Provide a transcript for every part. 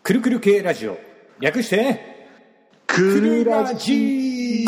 くるくる系ラジオ、略してくるラジー。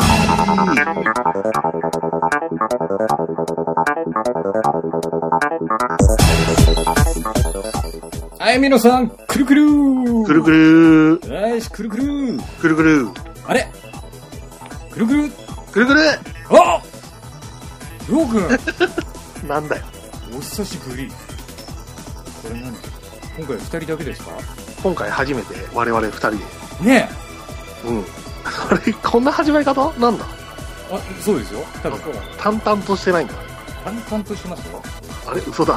はい、皆さん、くるくるくるくるよし、くるくるくるくるあれくるくるくるくる。 ありょうくんなんだよ。 お久しぶり。これ何、今回2人だけですか？ 今回初めて我々二人で。 ねうん。あれ、こんな始まり方なんだ。 え。あ、そうですよ。多分淡々としてないんだ。 淡々としてますよ。 あれ、嘘だ。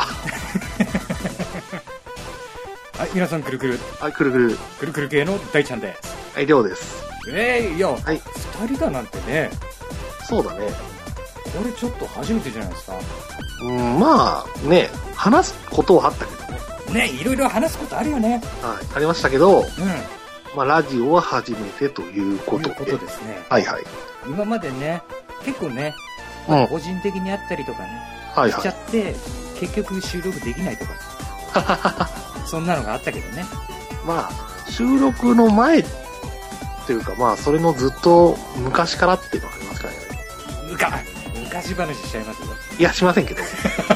はい、皆さん、くるくるはい、くるくる。 くるくる系の大ちゃんです。 はい、りょうです。 いや、 はい。 2人だなんてね、 そうだね。 これちょっと初めてじゃないですか。 まあ、ね、話すことはあったけどね。 ね、いろいろ話すことあるよね。 はい、ありましたけど、 うん。 まあ、ラジオは初めてということで。 ということですね。 はいはい。 今までね、結構ね、 うん。 個人的にあったりとかね、しちゃはいはい。 って、結局収録できないとか、そんなのがあったけどね。 まあ、収録の前っていうか、まあ、それのずっと昔からっていうのがありますからね。 昔話しちゃいますよ。 いや、しませんけど。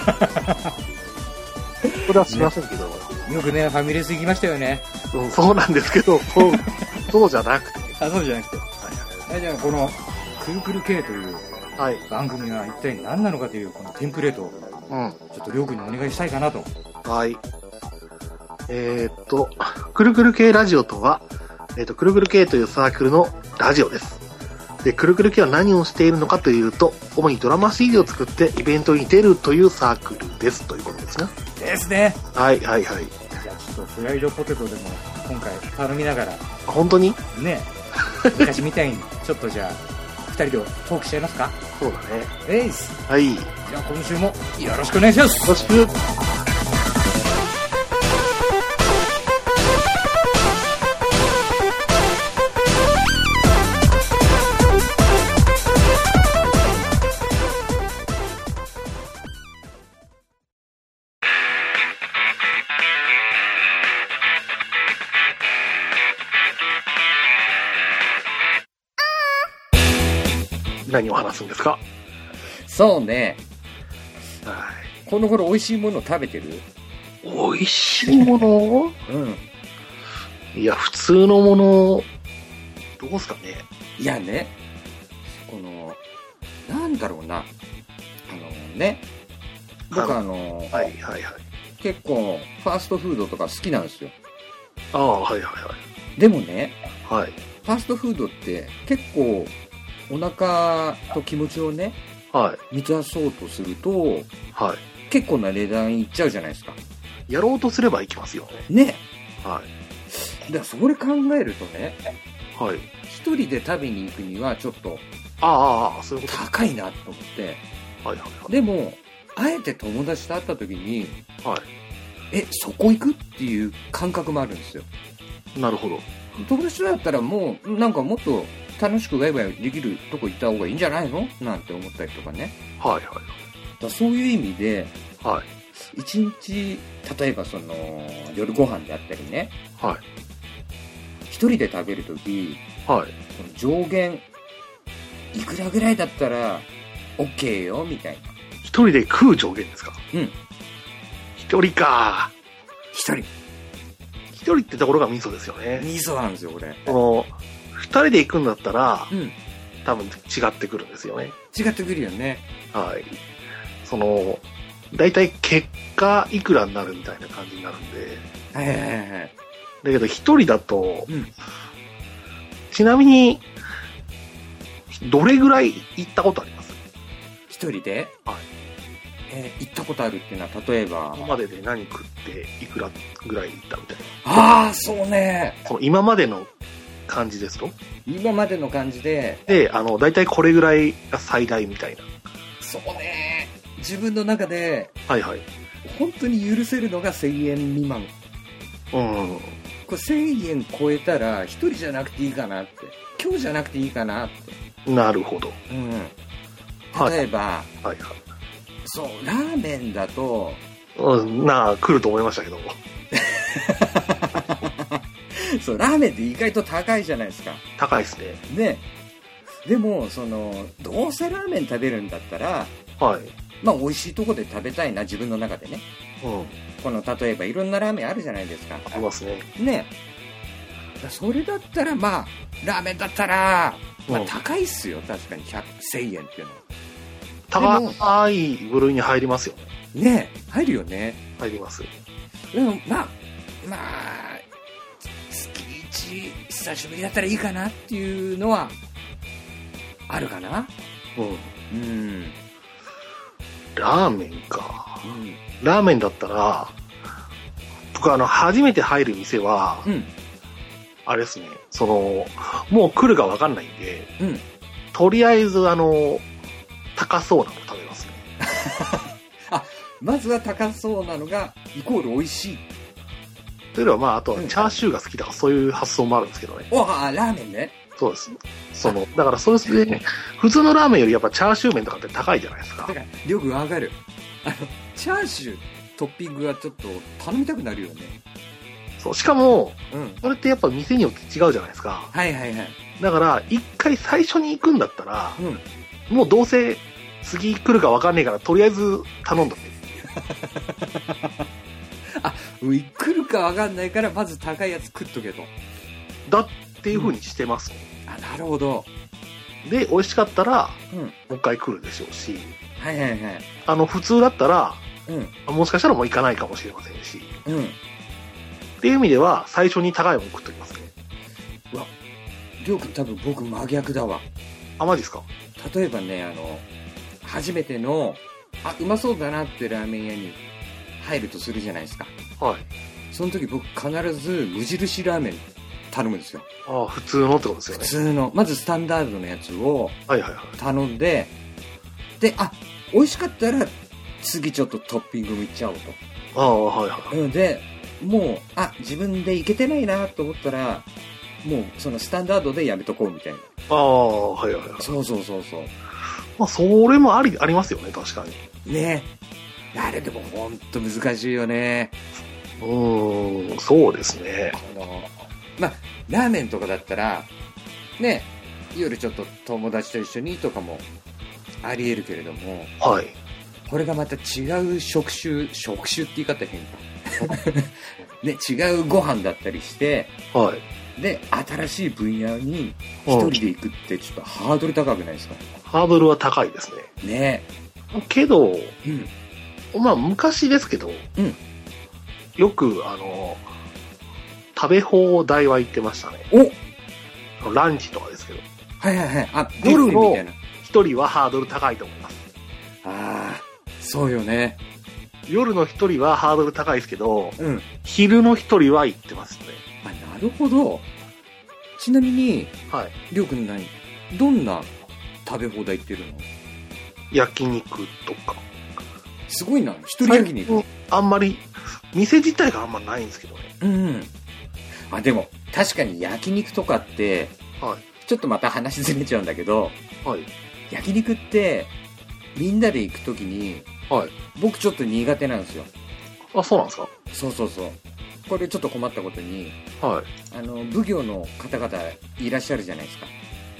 これはしませんけど、 よくね、ファミレス行きましたよね。 そうなんですけど、そうじゃなくて。 あ、そうじゃなくて。じゃあ、この、くるくる系というはい。 番組は一体何なのかというこのテンプレートを、ちょっとりょうくんにお願いしたいかなと。 はい。くるくる系ラジオとは、くるくる系というサークルのラジオです。で、くるくる系は何をしているのかというと、主にドラマ CD を作ってイベントに出るというサークルですということですね。 ですね。 はいはいはい。 じゃあちょっとフライドポテトでも今回頼みながら本当にね、昔みたいにちょっとじゃあ2人でトークしちゃいますか？ そうだね。はい。じゃあ今週もよろしくお願いします。 よろしく。何を話すんですか？ そうね、 はこの頃美味しいもの食べてる？ い。美味しいものいや、普通のもの、どうすかね。 いやね、このなんだろうな、僕はいはいはい。 結構ファーストフードとか好きなんですよ。 ああ、はいはいはい。 でもね、 はい。 ファーストフードって結構お腹と気持ちをね、 は満たそうとするとい。はい。 結構な値段いっちゃうじゃないですか。 やろうとすればいきますよね。 ね。 はだからそれ考えるとね、 い。はい。 一人で食べに行くにはちょっとそういうこと。 高いなと思って、 はいはいはい。 でもあえて友達と会った時に、 はそこ行くっていう感覚もあるんですよ。 い。なるほど。 友達とだったらもうなんかもっと楽しくワイワイできるとこ行った方がいいんじゃないのなんて思ったりとかね。 はいはい。 だからそういう意味ではい。 一日、例えばその夜ご飯であったりね、 はい。 一人で食べるとき、 はい。 その上限いくらぐらいだったら OK よみたいな。 一人で食う上限ですか？ うん。 一人か。 一人ってところがミソですよね。 ミソなんですよこれ。 二人で行くんだったら、 うん。 多分違ってくるんですよね。 違ってくるよね。 はい。だいたい結果いくらになるみたいな感じになるんで。 はいはいはいはい。 だけど一人だと、 うん。 ちなみに、どれぐらい行ったことあります？ 一人で？ はい。 行ったことあるっていうのは例えば。 今までで何食っていくらぐらい行ったみたいな。 ああ、そうね。 その今までの感じですと？ 今までの感じで。 で、だいたいこれぐらいが最大みたいな。 そうね。自分の中で、 はいはい。 本当に許せるのが1000円未満。これ1000円超えたら一人じゃなくていいかなって。今日じゃなくていいかなって。 なるほど。 例えば、 はいはい。 そう、ラーメンだと、 来ると思いましたけど。 そう、ラーメンって意外と高いじゃないですか。 高いですね。 ね。でも、どうせラーメン食べるんだったら、 はい。 まあ、美味しいとこで食べたいな、自分の中でね。 うん。 例えばいろんなラーメンあるじゃないですか。 ありますね。 ね。それだったら、まあ、ラーメンだったら、まあ、高いっすよ、確かに1000円っていうのは。 高い部類に入りますよね。 ねえ、入るよね。 入ります。 でも、まあ、月1、久しぶりだったらいいかなっていうのは、あるかな。 うん。 うん。 ラーメンか。うん。ラーメンだったら、僕初めて入る店は、うん。あれですね、もう来るか分かんないんで、うん、とりあえず高そうなの食べますね。 あ、まずは高そうなのがイコール美味しい。 というよりはまああとはチャーシューが好きだからそういう発想もあるんですけどね。 ラーメンね。 そうです。だからそうですね、普通のラーメンよりやっぱチャーシュー麺とかって高いじゃないですか。だからよくわかる。チャーシュートッピングがちょっと頼みたくなるよね。 そう、しかも、うん、それってやっぱ店によって違うじゃないですか。 はいはいはい。 だから、一回最初に行くんだったら、うん、もうどうせ次来るか分かんねえから、とりあえず頼んだって。 来るか分かんないから、まず高いやつ食っとけと。 だっていう風にしてますね。 うん、なるほど。 で、美味しかったら、もう一回来るでしょうし、 はいはいはい。 普通だったら、もしかしたらもう行かないかもしれませんし、っていう意味では、最初に高いもの食っときますね。 うわ、りょうくん多分僕真逆だわ。 あ、マジですか？ 例えばね、初めての、うまそうだなってラーメン屋に入るとするじゃないですか。 はい。 その時僕必ず無印ラーメン頼むんですよ。 ああ、普通のってことですよね。 普通の。まずスタンダードのやつを頼んで、で、美味しかったら次ちょっとトッピングもいっちゃおうと。 ああ、はいはい。 で、もう、自分でいけてないなと思ったら、もうそのスタンダードでやめとこうみたいな。 ああ、はいはいはい。 そう。 まあ、それもありますよね、確かに。 ねえ。あれでもほんと難しいよね。 そうですね。 まあ、ラーメンとかだったら、ね、夜ちょっと友達と一緒にとかもあり得るけれども、 はい。 これがまた違う職種って言い方変か。ね、違うご飯だったりして、 はい。 で、新しい分野に一人で行くってちょっとハードル高くないですか？ ハードルは高いですね。 ねけど、まあ昔ですけど、よく食べ放題は行ってましたね。ランチとかですけど。 はいはいはい。 夜の一人はハードル高いと思います。 そうよね。 夜の一人はハードル高いですけど、昼の一人は行ってますね。 なるほど。ちなみに、りょうくんどんな食べ放題行ってるの？ 焼肉とか。 すごいな、一人焼肉。 あんまり、店自体があんまないんですけどね。 でも、確かに焼肉とかって、ちょっとまた話ずれちゃうんだけど、焼肉って、みんなで行くときに、僕ちょっと苦手なんですよ。 あ、そうなんですか？ そう。これちょっと困ったことに、奉行の方々いらっしゃるじゃないですか。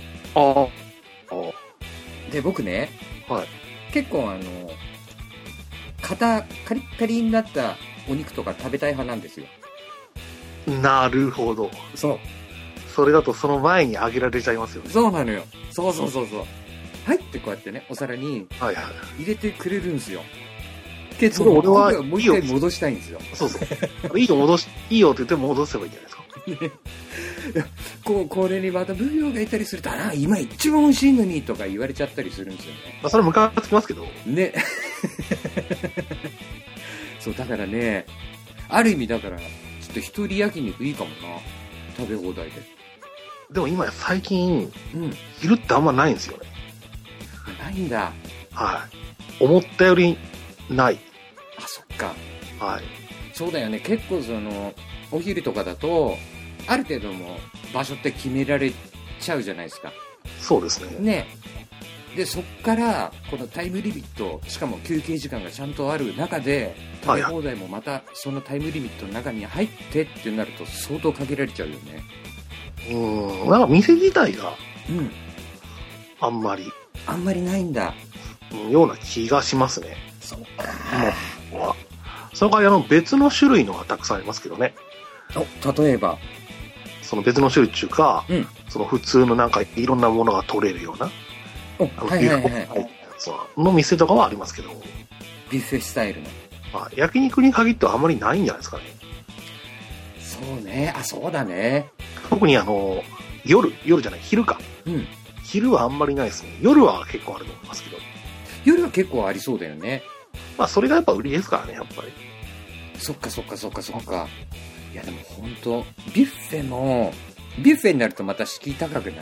で、僕ね、結構カリッカリになったお肉とか食べたい派なんですよ。 なるほど。 そう。 それだとその前に揚げられちゃいますよね。 そうなのよ。そう。はいってこうやってね、お皿に入れてくれるんですよ。けど、俺はもう一回戻したいんですよ。 そう。いいよって言って戻せばいいんじゃないですか。 これにまた奉行がいたりすると、今一番美味しいのにとか言われちゃったりするんですよね。 それムカつきますけど。 ね。そう、だからね、ある意味だから、ちょっと一人焼肉いいかもな。食べ放題で。 でも今最近、昼ってあんまないんですよね。 ないんだ。 思ったよりない。 そっか。そうだよね。結構お昼とかだと、ある程度も場所って決められちゃうじゃないですか。 そうですね。 ね。 でそっからこのタイムリミット、しかも休憩時間がちゃんとある中で食べ放題もまたそのタイムリミットの中に入ってってなると相当限られちゃうよね。 なんか店自体があんまりないんだ、 ような気がしますね。 そうか。 その代わり別の種類のがたくさんありますけどね。 例えばその別の種類っていうか、その普通のなんかいろんなものが取れるようなの店とかはありますけど、 ビュッフェスタイルの、 焼肉に限ってはあんまりないんじゃないですかね。 そうね。そうだね。 特に夜じゃない、昼か。昼はあんまりないですね。夜は結構あると思いますけど。 夜は結構ありそうだよね。 それがやっぱ売りですからね、やっぱり。 そっか。いやでも本当ビュッフェになるとまた敷居高くない？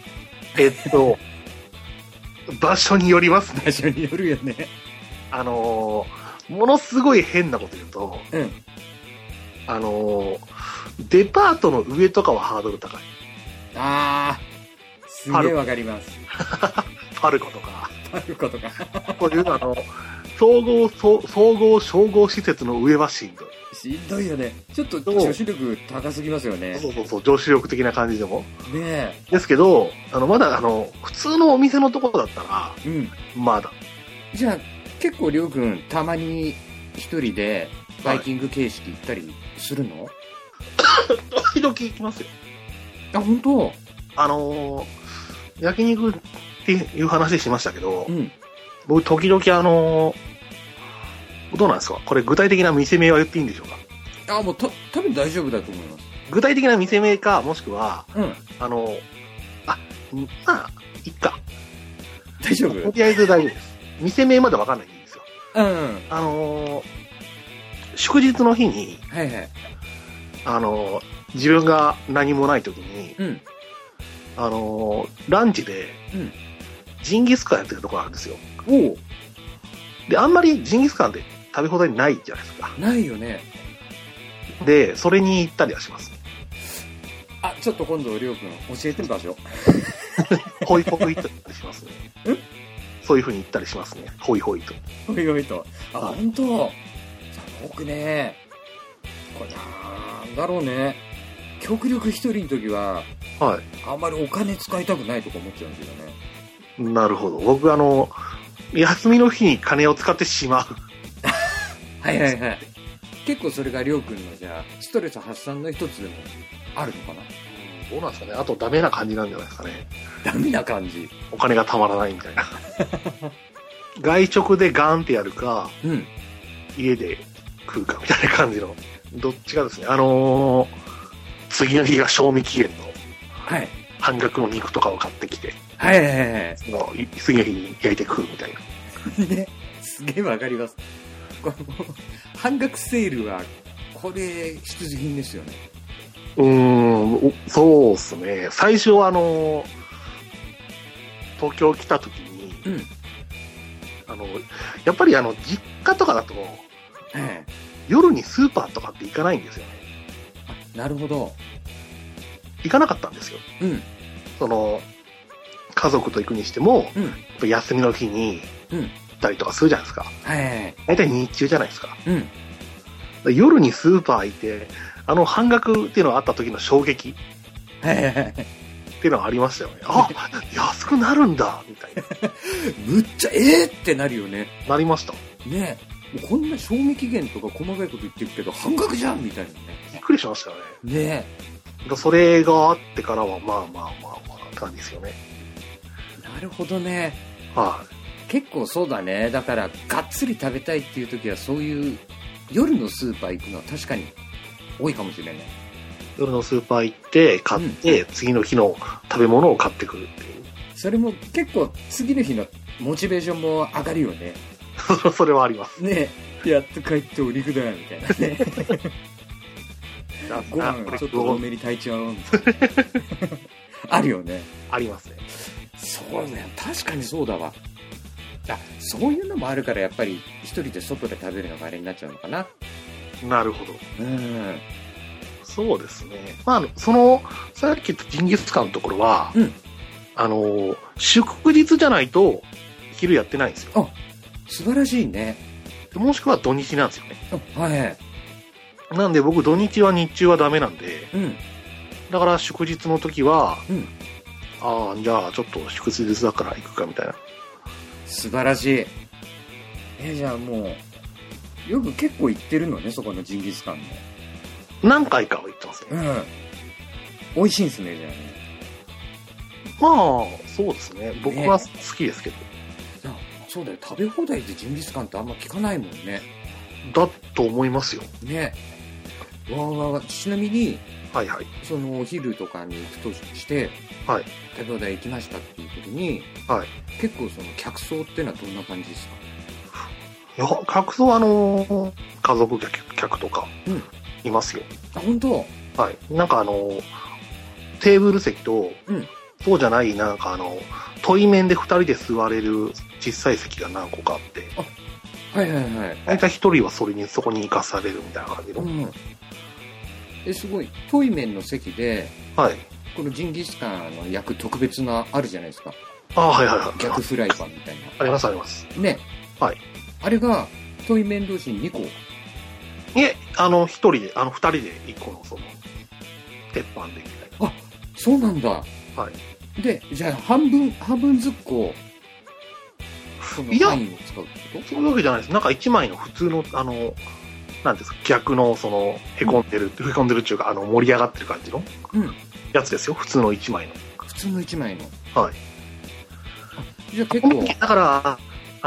場所によりますね。 場所によるよね。 ものすごい変なこと言うと、デパートの上とかはハードル高い。 すげえわかります。 パルコとか。こういう総合商業施設の上はしんどい。 しんどいよね。ちょっと女子力高すぎますよね。 そう、女子力的な感じでも。 ねえ。 ですけど、まだ普通のお店のところだったら、まだ。 じゃあ、結構りょうくん、たまに一人でバイキング形式行ったりするの？ 時々行きますよ。 本当？ 焼肉っていう話しましたけど、僕時々どうなんですか？これ具体的な店名は言っていいんでしょうか？ もう多分大丈夫だと思います。 具体的な店名か、もしくは、いっか。 大丈夫？ とりあえず大丈夫です。店名までわかんないんですよ。祝日の日に、自分が何もない時に、ランチで、ジンギスカンやってるところあるんですよ。で、あんまりジンギスカンって食べ放題ないじゃないですか。 ないよね。 で、それに行ったりはします。 ちょっと今度りょうくん教えて場所。 ホイホイとしますね。そういう風に行ったりしますね。ホイホイと。 本当。僕ね、これなんだろうね。極力一人の時は、あんまりお金使いたくないとか思っちゃうんですよね。 なるほど。僕休みの日に金を使ってしまう。 結構それがりょうくんのじゃあストレス発散の一つでもあるのかな。 どうなんですかね。あとダメな感じなんじゃないですかね。 ダメな感じ。 お金がたまらないみたいな。外食でガーンってやるか、家で食うかみたいな感じのどっちがですね。次の日が賞味期限の半額の肉とかを買ってきて、次の日に焼いて食うみたいな。 ね、すげえわかります。この半額セールはこれ必需品ですよね。 そうっすね。最初東京来た時に、やっぱり実家とかだと、夜にスーパーとかって行かないんですよね。 なるほど。 行かなかったんですよ。家族と行くにしても、やっぱ休みの日に行ったりとかするじゃないですか。大体日中じゃないですか。夜にスーパー行って、半額っていうのがあった時の衝撃っていうのがありましたよね。安くなるんだみたいな。 むっちゃってなるよね。 なりました。 ねえ、こんな賞味期限とか細かいこと言ってるけど半額じゃんみたいなね。 びっくりしましたよね。 ねえ。それがあってからはまあって感じですよね。 なるほどね。結構そうだね。だからがっつり食べたいっていう時はそういう夜のスーパー行くのは確かに多いかもしれない。 夜のスーパー行って買って、次の日の食べ物を買ってくるっていう。 それも結構次の日のモチベーションも上がるよね。 それはありますね。やっと帰ってお肉だみたいなね。ご飯ちょっと多めに炊いちゃおうみたいな。あるよね。 ありますね。 そうね。確かにそうだわ。そういうのもあるからやっぱり一人で外で食べるのがあれになっちゃうのかな。 なるほど。そうですね。さっき言ったジンギスカンのところは、 祝日じゃないと、昼やってないんですよ。 あ、素晴らしいね。 もしくは土日なんですよね。 はい。 なんで僕土日は日中はダメなんで、 うん。 だから祝日の時は、 うん。 じゃあちょっと祝日だから行くかみたいな。 素晴らしい。じゃあもう、よく結構行ってるのね、そこのジンギスカンも。 何回かは行ってますね。 うん。美味しいんですね、じゃあね。 まあ、そうですね。僕は好きですけど。 そうだよ、食べ放題でジンギスカンってあんま聞かないもんね。 だと思いますよ。 ね。ちなみに、 はいはい。 そのお昼とかに行くとして、 はい。 食べ放題行きましたっていう時に、 はい。 結構その客層っていうのはどんな感じですか？ いや、客層は家族客とか、いますよ。 あ、本当？ はい。なんかテーブル席と、そうじゃない、なんか対面で2人で座れる小さい席が何個かあって。 はいはいはい。 大体1人はそこに行かされるみたいな感じの。 すごい。対面の席で、 はい。 このジンギスカンの焼く特別な、あるじゃないですか。 はいはいはい。 逆フライパンみたいな。 ありますあります。 ね。 はい。 あれが、対面同士に2個。 いえ、1人で、2人で1個の鉄板でみたいな。 あ、そうなんだ。 はい。 で、じゃあ半分ずっこ、そのパインを使うってこと？ そういうわけじゃないです。なんか1枚の普通の、なんですか、逆の、へこんでるっていうか、盛り上がってる感じの、やつですよ。普通の1枚の。 普通の1枚の。 はい。 じゃあ結構。 だから、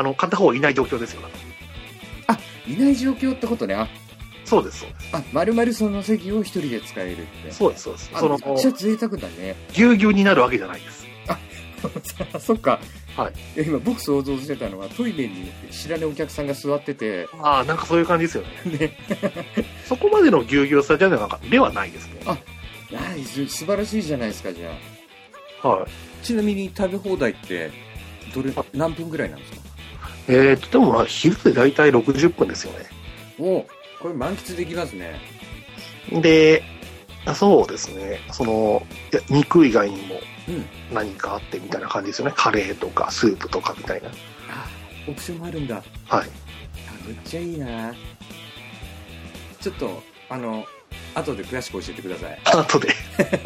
片方いない状況ですよ。 あ、いない状況ってことね。あ、 そうです、そうです。 あ、丸々その席を1人で使えるって。 そうです、そうです。 めっちゃ贅沢だね。 ぎゅうぎゅうになるわけじゃないです。 あ、そっか。 はい。 今僕想像してたのはトイレに知らないお客さんが座ってて。 なんかそういう感じですよね。ね。そこまでのぎゅうぎゅうさじゃではないですね。 素晴らしいじゃないですか、じゃあ。はい。 ちなみに食べ放題って何分ぐらいなんですか？ でも昼で大体60分ですよね。 これ満喫できますね。 で、そうですね。肉以外にも何かあってみたいな感じですよね。カレーとかスープとかみたいな。 オプションもあるんだ。 はい。 めっちゃいいな。ちょっと、後で詳しく教えてください。 後で。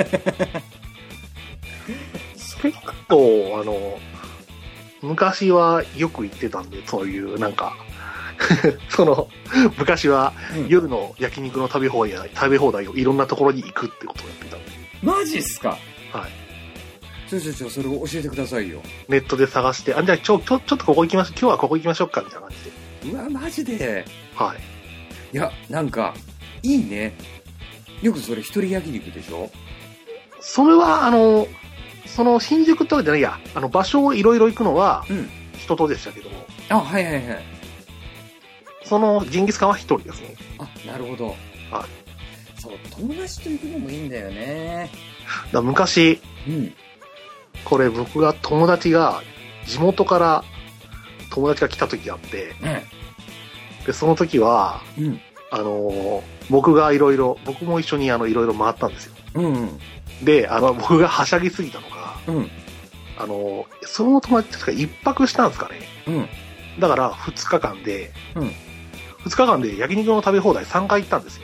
結構、昔はよく行ってたんで、そういう、なんか、昔は夜の焼肉の食べ放題をいろんなところに行くってことをやってたんで。 マジっすか？ はい。 それを教えてくださいよ。 ネットで探して、じゃあちょっとここ行きましょう。今日はここ行きましょうかみたいな感じで。うわ、マジで？ はい。 いや、なんか、いいね。よくそれ一人焼肉でしょ？ それは、新宿とかじゃないや、場所をいろいろ行くのは、人とでしたけども。 はいはいはい。 ジンギスカンは一人ですね。 なるほど。 はい。 そう、友達と行くのもいいんだよね。 昔、これ僕が地元から友達が来た時があって、で、その時は、僕も一緒にいろいろ回ったんですよ。で、僕がはしゃぎすぎたのが、その友達確か一泊したんですかね。だから2日間で、2日間で焼肉の食べ放題3回行ったんですよ。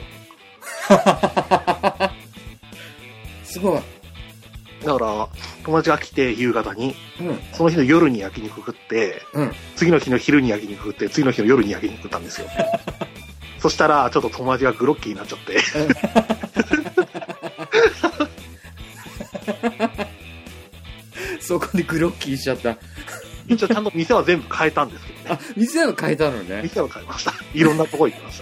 すごい。 だから、友達が来て夕方に、その日の夜に焼肉食って、次の日の昼に焼肉食って、次の日の夜に焼肉食ったんですよ。そしたら、ちょっと友達がグロッキーになっちゃって。 そこでグロッキーしちゃった。 一応ちゃんと店は全部変えたんですけどね。 店は変えたのね。 店は変えました。いろんなとこ行きました。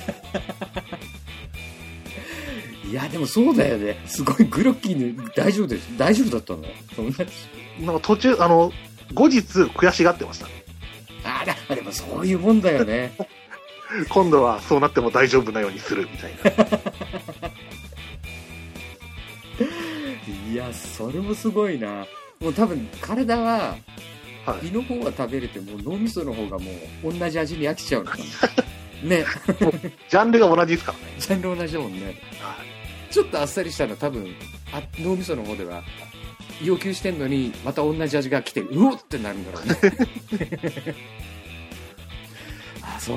いや、でもそうだよね。すごいグロッキーに大丈夫だったの？友達。 なんか途中、後日悔しがってましたね。 でもそういうもんだよね。 今度はそうなっても大丈夫なようにするみたいな。 いや、それもすごいな。もう多分体は、胃の方は食べれても脳みその方がもう同じ味に飽きちゃうのかな。ね。 ジャンルが同じですからね。 ジャンル同じだもんね。ちょっとあっさりしたの多分脳みその方では要求してんのにまた同じ味が来てうおってなるんだろうねあ、そう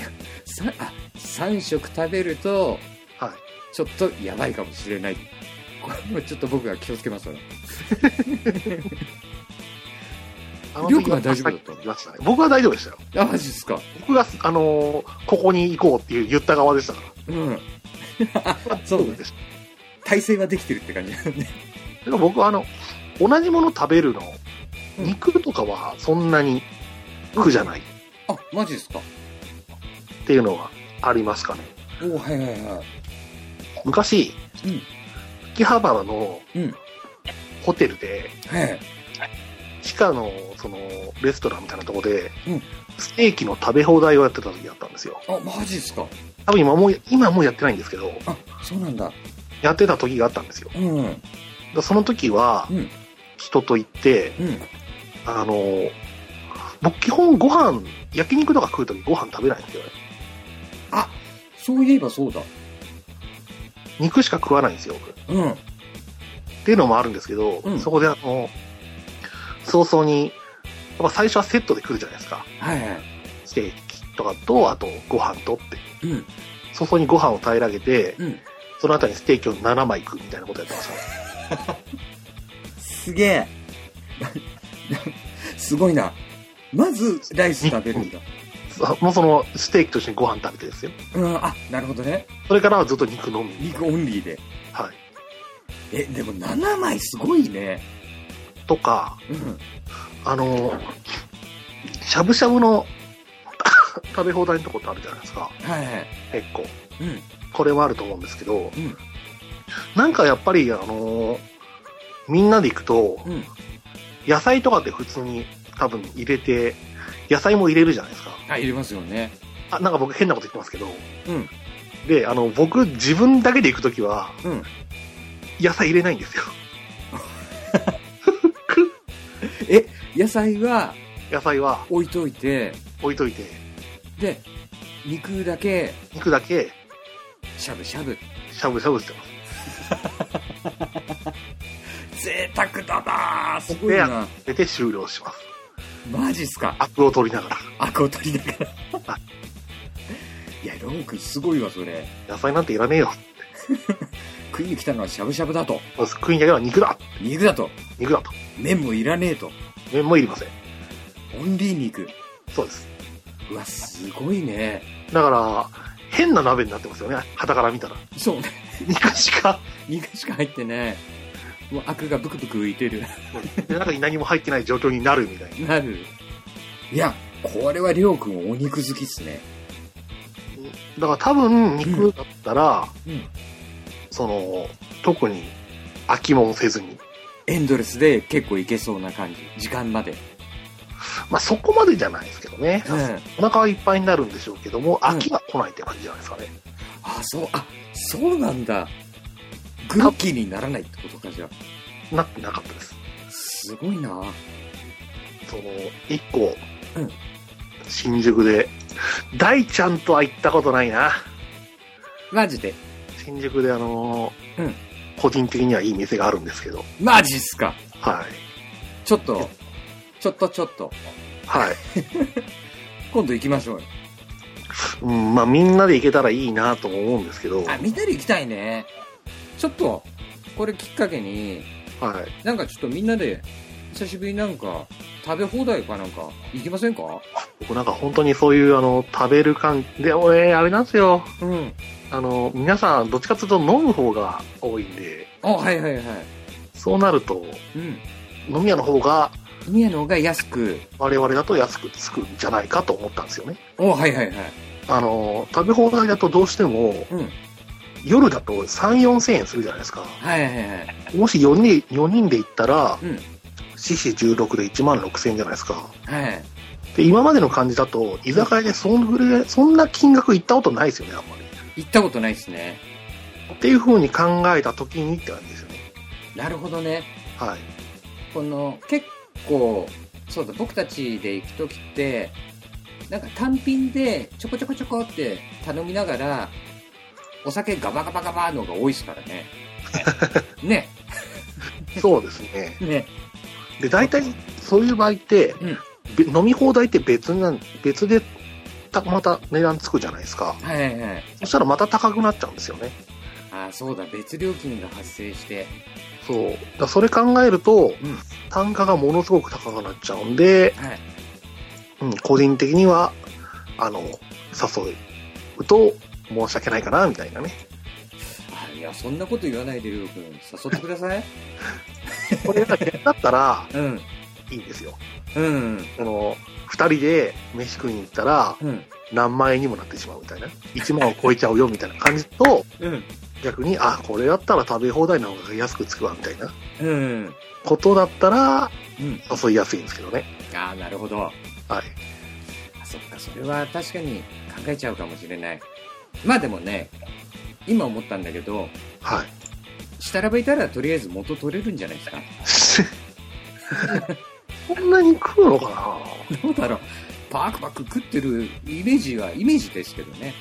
3食食べると、はい、ちょっとやばいかもしれない。これもちょっと僕が気をつけますわねりょうくんは大丈夫だったの？ 僕は大丈夫でしたよ。 あ、マジですか。 僕が、ここに行こうって言った側でしたから。うん。 そうです。体制はできてるって感じなんで。 でも僕は同じもの食べるの、肉とかはそんなに苦じゃない。 あ、マジですか。 っていうのはありますかね。 お、はいはいはい。 昔、秋葉原のホテルで、地下のそのレストランみたいなところで、ステーキの食べ放題をやってた時があったんですよ。 あ、マジですか。 多分今もうやってないんですけど。 あ、そうなんだ。 やってた時があったんですよ。その時は、人と行って、僕基本ご飯、焼肉とか食う時ご飯食べないんですよね。 あ、そういえばそうだ。 肉しか食わないんですよ、僕。っていうのもあるんですけど、そこで早々に、やっぱ最初はセットで来るじゃないですか。はいはい。ステーキとかと、あとご飯とって。早々にご飯を平らげて、その後にステーキを7枚食うみたいなことやってました。 すげえ。すごいな。まずライス食べるんだ。 もうそのステーキと一緒にご飯食べてですよ。 あ、なるほどね。 それからはずっと肉のみ。 肉オンリーで。 はい。 でも7枚すごいね。 とか、しゃぶしゃぶの食べ放題のとこってあるじゃないですか。はいはい。結構。これはあると思うんですけど、なんかやっぱりみんなで行くと、野菜とかって普通に多分入れて、野菜も入れるじゃないですか。 あ、入れますよね。 あ、なんか僕変なこと言ってますけど、で、僕自分だけで行くときは、野菜入れないんですよ。 野菜は置いといて、 で、肉だけ、しゃぶしゃぶしてます。贅沢だなぁ。すごいな。 出て終了します。 マジっすか。 アクを取りながら。 いや、ロー君すごいわ、それ。 野菜なんていらねえよ。 食いに来たのはしゃぶしゃぶだと。 食いに来たのは肉だと。 麺もいらねえと。 麺もいりません。 オンリー肉。 そうです。 うわ、すごいね。 だから、変な鍋になってますよね。傍から見たら。 そうね。 肉しか入ってね。もうアクがブクブク浮いてる。 で、中に何も入ってない状況になるみたいな。 なる。いや、これはりょうくんお肉好きっすね。 だから多分肉だったら、特に飽きもせずに。 エンドレスで結構いけそうな感じ。時間まで。 まあそこまでじゃないですけどね。お腹はいっぱいになるんでしょうけども、飽きが来ないって感じじゃないですかね。 そうなんだ。グッキーにならないってことか、じゃあ。なってなかったです。 すごいな。 一個、新宿で、大ちゃんとは行ったことないな。 マジで？ 新宿で個人的にはいい店があるんですけど。 マジっすか？ はい。 ちょっと。 はい。 今度行きましょうよ。 まあみんなで行けたらいいなと思うんですけど。 みんなで行きたいね。ちょっと、これきっかけに、なんかちょっとみんなで、久しぶりになんか、食べ放題かなんか、行きませんか？ 僕なんか本当にそういう食べる感じで、俺、あれなんですよ。皆さん、どっちかというと飲む方が多いんで。 はいはいはい。 そうなると、飲み屋の方が安く。 我々だと安くつくんじゃないかと思ったんですよね。 はいはいはい。 食べ放題だとどうしても、夜だと3、4000円するじゃないですか。 はいはいはい。 もし4人で行ったら、4、16で1万6000円じゃないですか。はい。で、今までの感じだと、居酒屋でそんな金額行ったことないですよね、あんまり。 行ったことないですね。 っていう風に考えた時にって感じですよね。 なるほどね。 はい。 結構、そうだ、僕たちで行く時って、なんか単品でちょこちょこちょこって頼みながら、お酒ガバガバガバのが多いですからね。ね。 そうですね。 ね。 で、大体、そういう場合って、飲み放題って別で、また値段つくじゃないですか。 はいはいはい。 そしたらまた高くなっちゃうんですよね。 ああ、そうだ、別料金が発生して。 そう。それ考えると、単価がものすごく高くなっちゃうんで、はい、個人的には、誘うと申し訳ないかな、みたいなね。 いや、そんなこと言わないで、りょうくん。誘ってください。 これが逆だったら、いいんですよ。二人で飯食いに行ったら、何万円にもなってしまうみたいな。1万を超えちゃうよみたいな感じと、逆に、これやったら食べ放題の方が安くつくわみたいな、ことだったら、誘いやすいんですけどね。 ああ、なるほど。はい。そっか、それは確かに考えちゃうかもしれない。まあでもね、今思ったんだけど、はい。したらばいたらとりあえず元取れるんじゃないですか。 こんなに食うのかな。 どうだろう。パクパク食ってるイメージですけどね。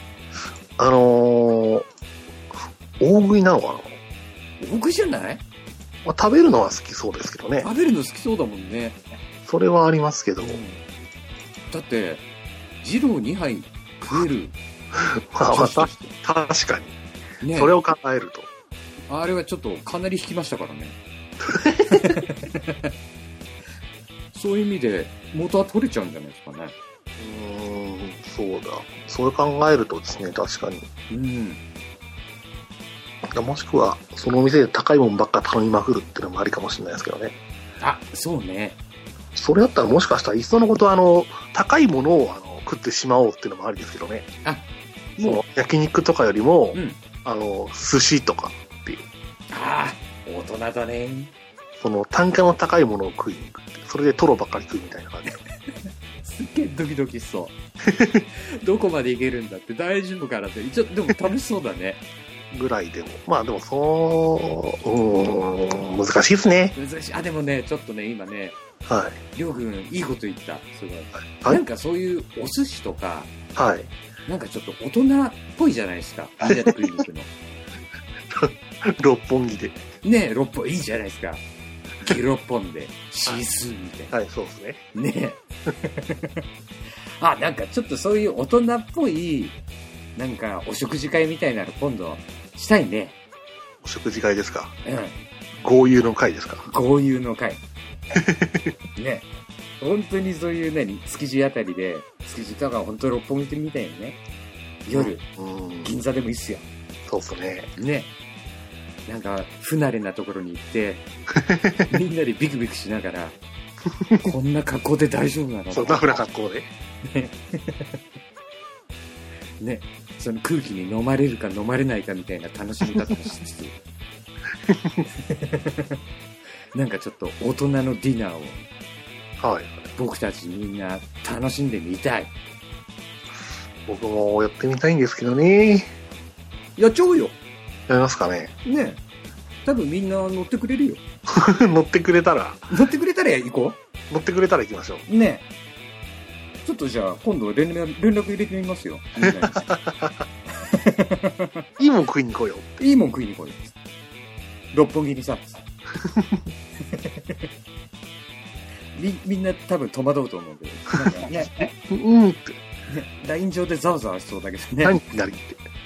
大食いなのかな。 大食いじゃない？ まあ、食べるのは好きそうですけどね。 食べるの好きそうだもんね。 それはありますけど。 だって、二郎2杯食える。 まあ、確かに。ね、それを考えると。 あれはちょっとかなり引きましたからね。そういう意味で元は取れちゃうんじゃないですかね。 そうだ。それ考えるとですね、確かに。もしくは、そのお店で高いもんばっか頼みまくるっていうのもありかもしれないですけどね。 あ、そうね。 それだったらもしかしたらいっそのこと高いものを食ってしまおうっていうのもありですけどね。その焼肉とかよりも、寿司とかっていう。 大人だね。 その単価の高いものを食いに行くって、それでトロばっかり食うみたいな感じ。 すっげえドキドキしそう。どこまでいけるんだって大丈夫かなって。でも楽しそうだね。 ぐらいでも。まあでも難しいですね。 難しい。でもね、ちょっとね、今ね、 はい。 りょうくん、いいこと言った。すごい。はい、なんかそういうお寿司とか、 はい。 なんかちょっと大人っぽいじゃないですか。みんなで食いに行くの。 六本木で。 ね、六本、いいじゃないですか。ゲロッポンで、シースーみたいな。 はい、そうですね。 ねなんかちょっとそういう大人っぽい、なんかお食事会みたいなの今度したいね。 お食事会ですか？豪遊の会ですか？ 豪遊の会。ね。本当にそういう築地あたりで、築地とか本当に六本木みたいにね、夜、銀座でもいいっすよ。 そうっすね。 ね。なんか、不慣れなところに行って、みんなでビクビクしながら、こんな格好で大丈夫なの？ そんなふうな格好で。 ね。その空気に飲まれるか飲まれないかみたいな楽しみ方もしつつ。なんかちょっと大人のディナーを、僕たちみんな楽しんでみたい。 僕もやってみたいんですけどね。 やっちゃおうよ。 やりますかね。 ねえ。多分みんな乗ってくれるよ。 乗ってくれたら行こう。乗ってくれたら行きましょう。ねえ。ちょっとじゃあ今度連絡入れてみますよ。 いいもん食いに来いよ。 いいもん食いに来いよ。六本木にさ。みんな多分戸惑うと思うけど。なんかね。って。ね、LINE 上でざわざわしそうだけどね。 何になりって。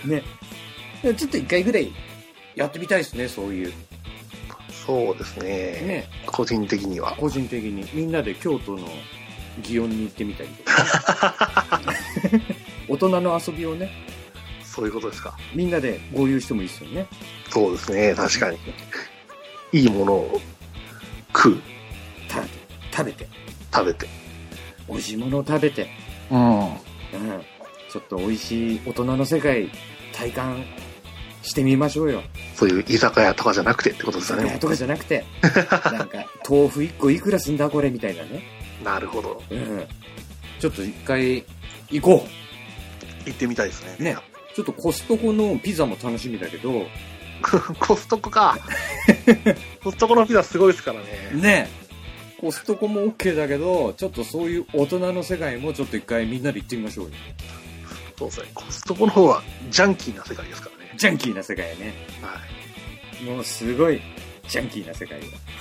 ね。ちょっと一回ぐらいやってみたいですね、そういう。 そうですね。ね。個人的には。 個人的に。みんなで京都の祇園に行ってみたりとか。大人の遊びをね。 そういうことですか。 みんなで合流してもいいですよね。 そうですね、確かに。いいものを食う。 食べて。美味しいものを食べて。ちょっと美味しい大人の世界体感してみましょうよ。 そういう居酒屋とかじゃなくてってことですよね。 居酒屋とかじゃなくて。なんか、豆腐1個いくらすんだこれみたいなね。 なるほど。 ちょっと一回行こう。行ってみたいですね。 ね。ちょっとコストコのピザも楽しみだけど。 コストコか。コストコのピザすごいですからね。 ね。コストコも OK だけど、ちょっとそういう大人の世界もちょっと一回みんなで行ってみましょうよ。 そうですね。コストコの方はジャンキーな世界ですからね。 ジャンキーな世界やね。もうすごい、 ジャンキーな世界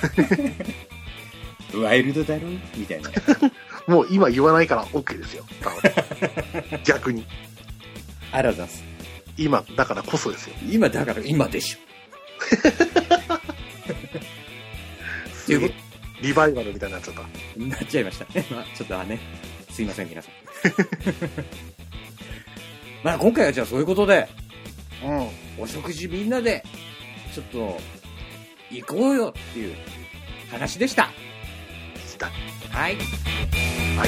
がワイルドだろみたいなもう今言わないから OK ですよ逆にあらざす今だからこそですよ今だから今でしょリバイバルみたいになっちゃったなっちゃいましたまあちょっとねすいません皆さんまあ今回はじゃあそういうことでお食事みんなでちょっと行こうよっていう話でした。はい。はい。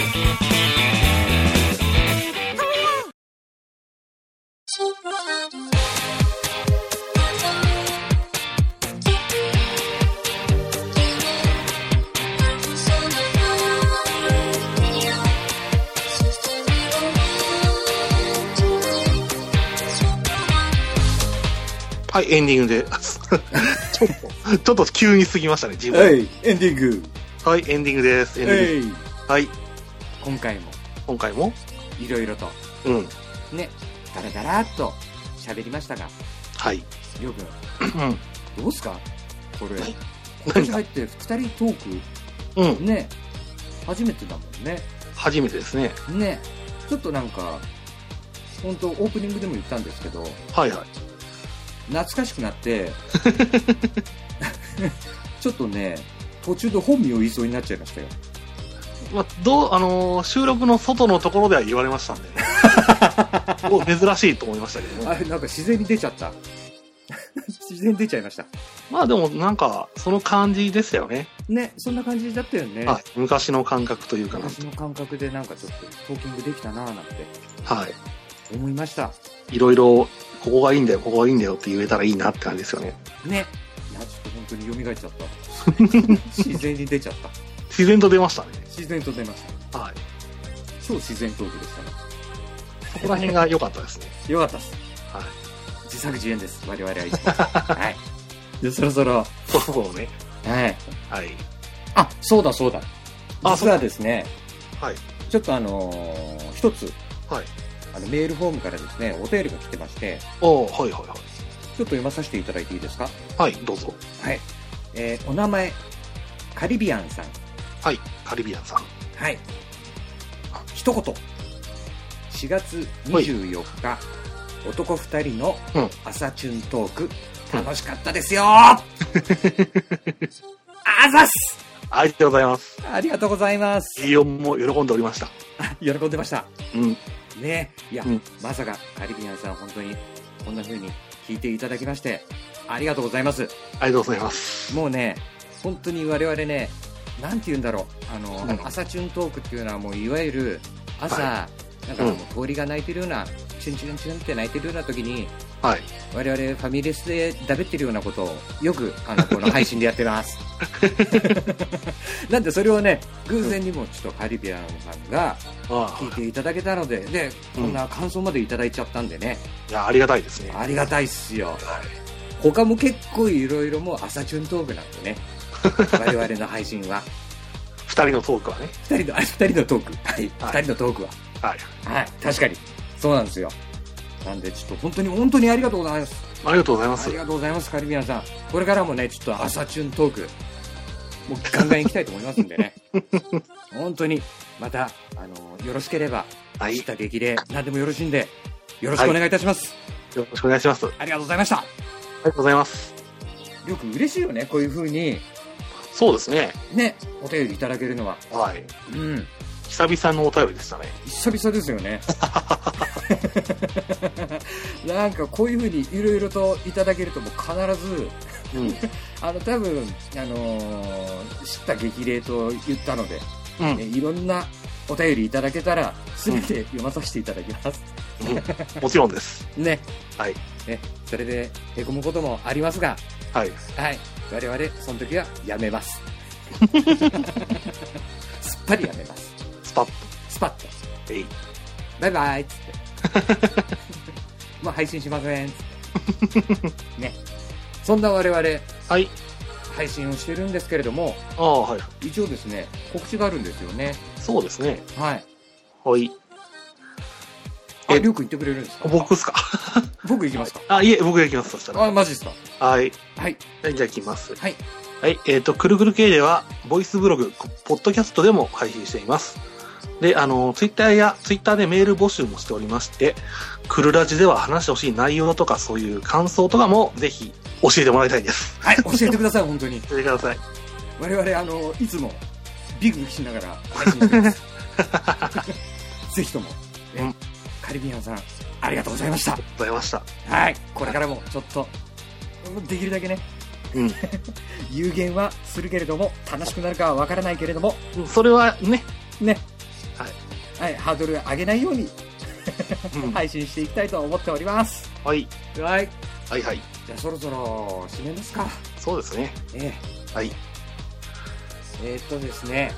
はい、エンディングでちょっと急に過ぎましたね、自分。 はい、エンディング。 はい、エンディングです。エンディング。はい。 今回もいろいろとね、ダラダラっと喋りましたが、 はい。 りょうくん、どうすかこれ、今年入って2人トーク、ね、初めてだもんね。 初めてですね。 ね、ちょっとなんか本当オープニングでも言ったんですけど、 はいはい。 懐かしくなってちょっとね途中で本名を言いそうになっちゃいましたよ。 まあ、収録の外のところでは言われましたんで、ね、珍しいと思いましたけどね。 あれなんか自然に出ちゃった自然に出ちゃいました。 まあでもなんかその感じですよね。 ね、そんな感じだったよね。 昔の感覚というかな。 昔の感覚でなんかちょっとトーキングできたなぁなんてはい思いました。 いろいろここがいいんだよここがいいんだよって言えたらいいなって感じですよね。 ね、いやちょっと本当に蘇っちゃった自然に出ちゃった。 自然と出ましたね。 自然と出ました。はい。超自然トークでしたね。 そこら辺が良かったですね。 良かったです。はい。自作自演です。我々は。はい。でそろそろ。 そうね。 はい。 はい。 あ、そうだそうだ。実はですね。 はい。 ちょっと一つ。 はい。 メールフォームからですね、お便りが来てまして。 はいはいはい。ちょっと読まさせていただいていいですか？ はい、どうぞ。 はい。お名前、カリビアンさん。 はい、カリビアンさん。 はい。一言。4月24日、男2人の朝チュントーク、楽しかったですよあざっす。 ありがとうございます。 ありがとうございます。 イオンも喜んでおりました。 喜んでました。ね、いや、まさかカリビアンさん本当にこんな風に聞いていただきましてありがとうございます。 ありがとうございます。 もうね、本当に我々ね、なんて言うんだろう、朝チュントークっていうのはもういわゆる朝、なんかもう鳥が鳴いてるような、チュンチュンチュンって鳴いてるような時に、我々ファミレスでだべってるようなことをよくこの配信でやってますなんでそれをね、偶然にもちょっとカリビアンさんが聞いていただけたので、でこんな感想までいただいちゃったんでね、 いやありがたいですね。 ありがたいっすよ。他も結構いろいろもう朝チュントークなんでね我々の配信は 2人のトークはね、 2人のトーク、はい、2人のトークははい、確かにそうなんですよ。なんでちょっと本当にありがとうございます。 ありがとうございます。 ありがとうございます、カリビアンさん。これからもね、ちょっと朝チュントークもうガンガン行きたいと思いますんでね本当にまたよろしければ知った激励何でもよろしいんでよろしくお願いいたします。 よろしくお願いします。 ありがとうございました。 ありがとうございます。 よく嬉しいよね、こういう風に。 そうですね。 ね、お便りいただけるのは。 はい。久々のお便りでしたね。久 々ですよね。なんかこういう風にいろいろといただけるともう必ず、多分知った激励と言ったので、いろんなお便りいただけたら全て読まさせていただきます。 もちろんです。 ね。 はい。 ね、それでへこむこともありますが、はい。はい。我々その時はやめます。すっぱりやめます。 スパッと。 スパッと。バイバイっつってもう配信しませんっつってね。そんな我々配信をしてるんですけれども、一応ですね、告知があるんですよね。 そうですね。 はい。 はい。 りょうくん行ってくれるんですか？ 僕ですか？ 僕行きますか？ いえ、僕が行きます、そしたら。 マジですか？ はい。 はい。 じゃあ行きます。 はい。 はい。くるぐる系では、ボイスブログ、ポッドキャストでも配信しています。で、ツイッターでメール募集もしておりまして、くるラジでは話してほしい内容とか、そういう感想とかも、ぜひ、教えてもらいたいです。 はい、教えてください、本当に。 教えてください。 我々、いつも、ビクビクしながら配信してます。ぜひとも、カリビアンさん、ありがとうございました。 ありがとうございました。 はい、これからも、ちょっと、できるだけね、有限はするけれども、楽しくなるかはわからないけれども、 それはね。 はい、ハードル上げないように、配信していきたいと思っております。 はい。 はい。 はいはい。 じゃあそろそろ締めますか。 そうですね。はい。 ですね。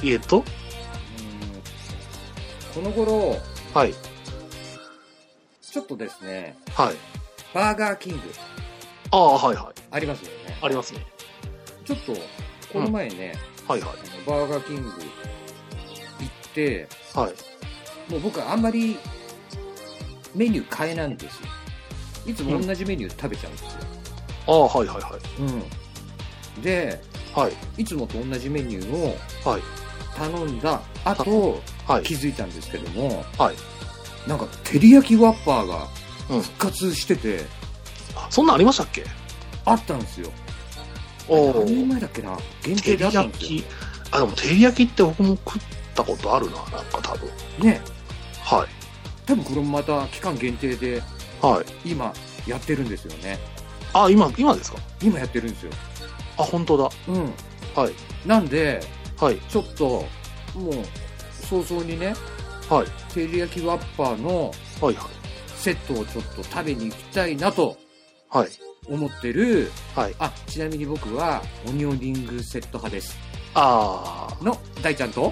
この頃、 はい。 ちょっとですね、 はい。 バーガーキング。 はいはい。 ありますよね。 ありますね。 ちょっと、この前ね、 はいはい。 バーガーキング行って、 はい。 もう僕はあんまりメニュー変えないんですよ。いつも同じメニュー食べちゃうんですよ。 はいはいはい。 で、いつもと同じメニューを頼んだ後、気づいたんですけども、なんか照り焼きワッパーが復活してて、 そんなんありましたっけ？ あったんですよ。何年前だっけな、限定であったんですよ。 でも照り焼きって僕も食ったことあるな、なんか多分。 ね。 はい。 多分これもまた期間限定で、今やってるんですよね。 今ですか？ 今やってるんですよ。 本当だ。はい。 なんで、ちょっと、もう、早々にね、照り焼きワッパーの、セットをちょっと食べに行きたいなと、思ってる、ちなみに僕は、オニオンリングセット派です。の、大ちゃんと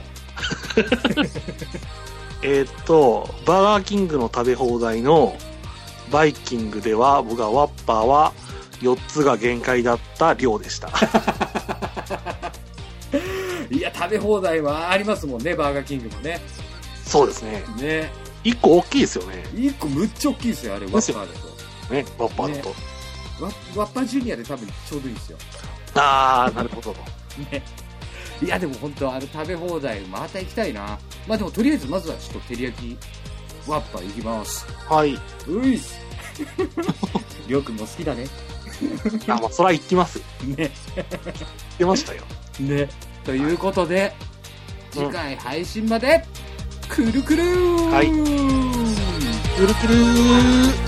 バーガーキングの食べ放題のバイキングでは、僕はワッパーは4つが限界だった量でした。 いや、食べ放題はありますもんね、バーガーキングもね。 そうですね。 ね。 1個大きいですよね。 1個むっちゃ大きいですよ、あれ、ワッパーだと。 ね、ワッパーだと。 ワッパージュニアで多分ちょうどいいですよ。 なるほど。 ね。いやでも本当食べ放題また行きたいな。でもとりあえずまずはちょっと照り焼きワッパー行きます。 はい。 ういっす。りょうくんも好きだね。 そら行きます。 ね。 出ましたよ。 ね。ということで、次回配信まで、くるくるー。 はい。くるくるー。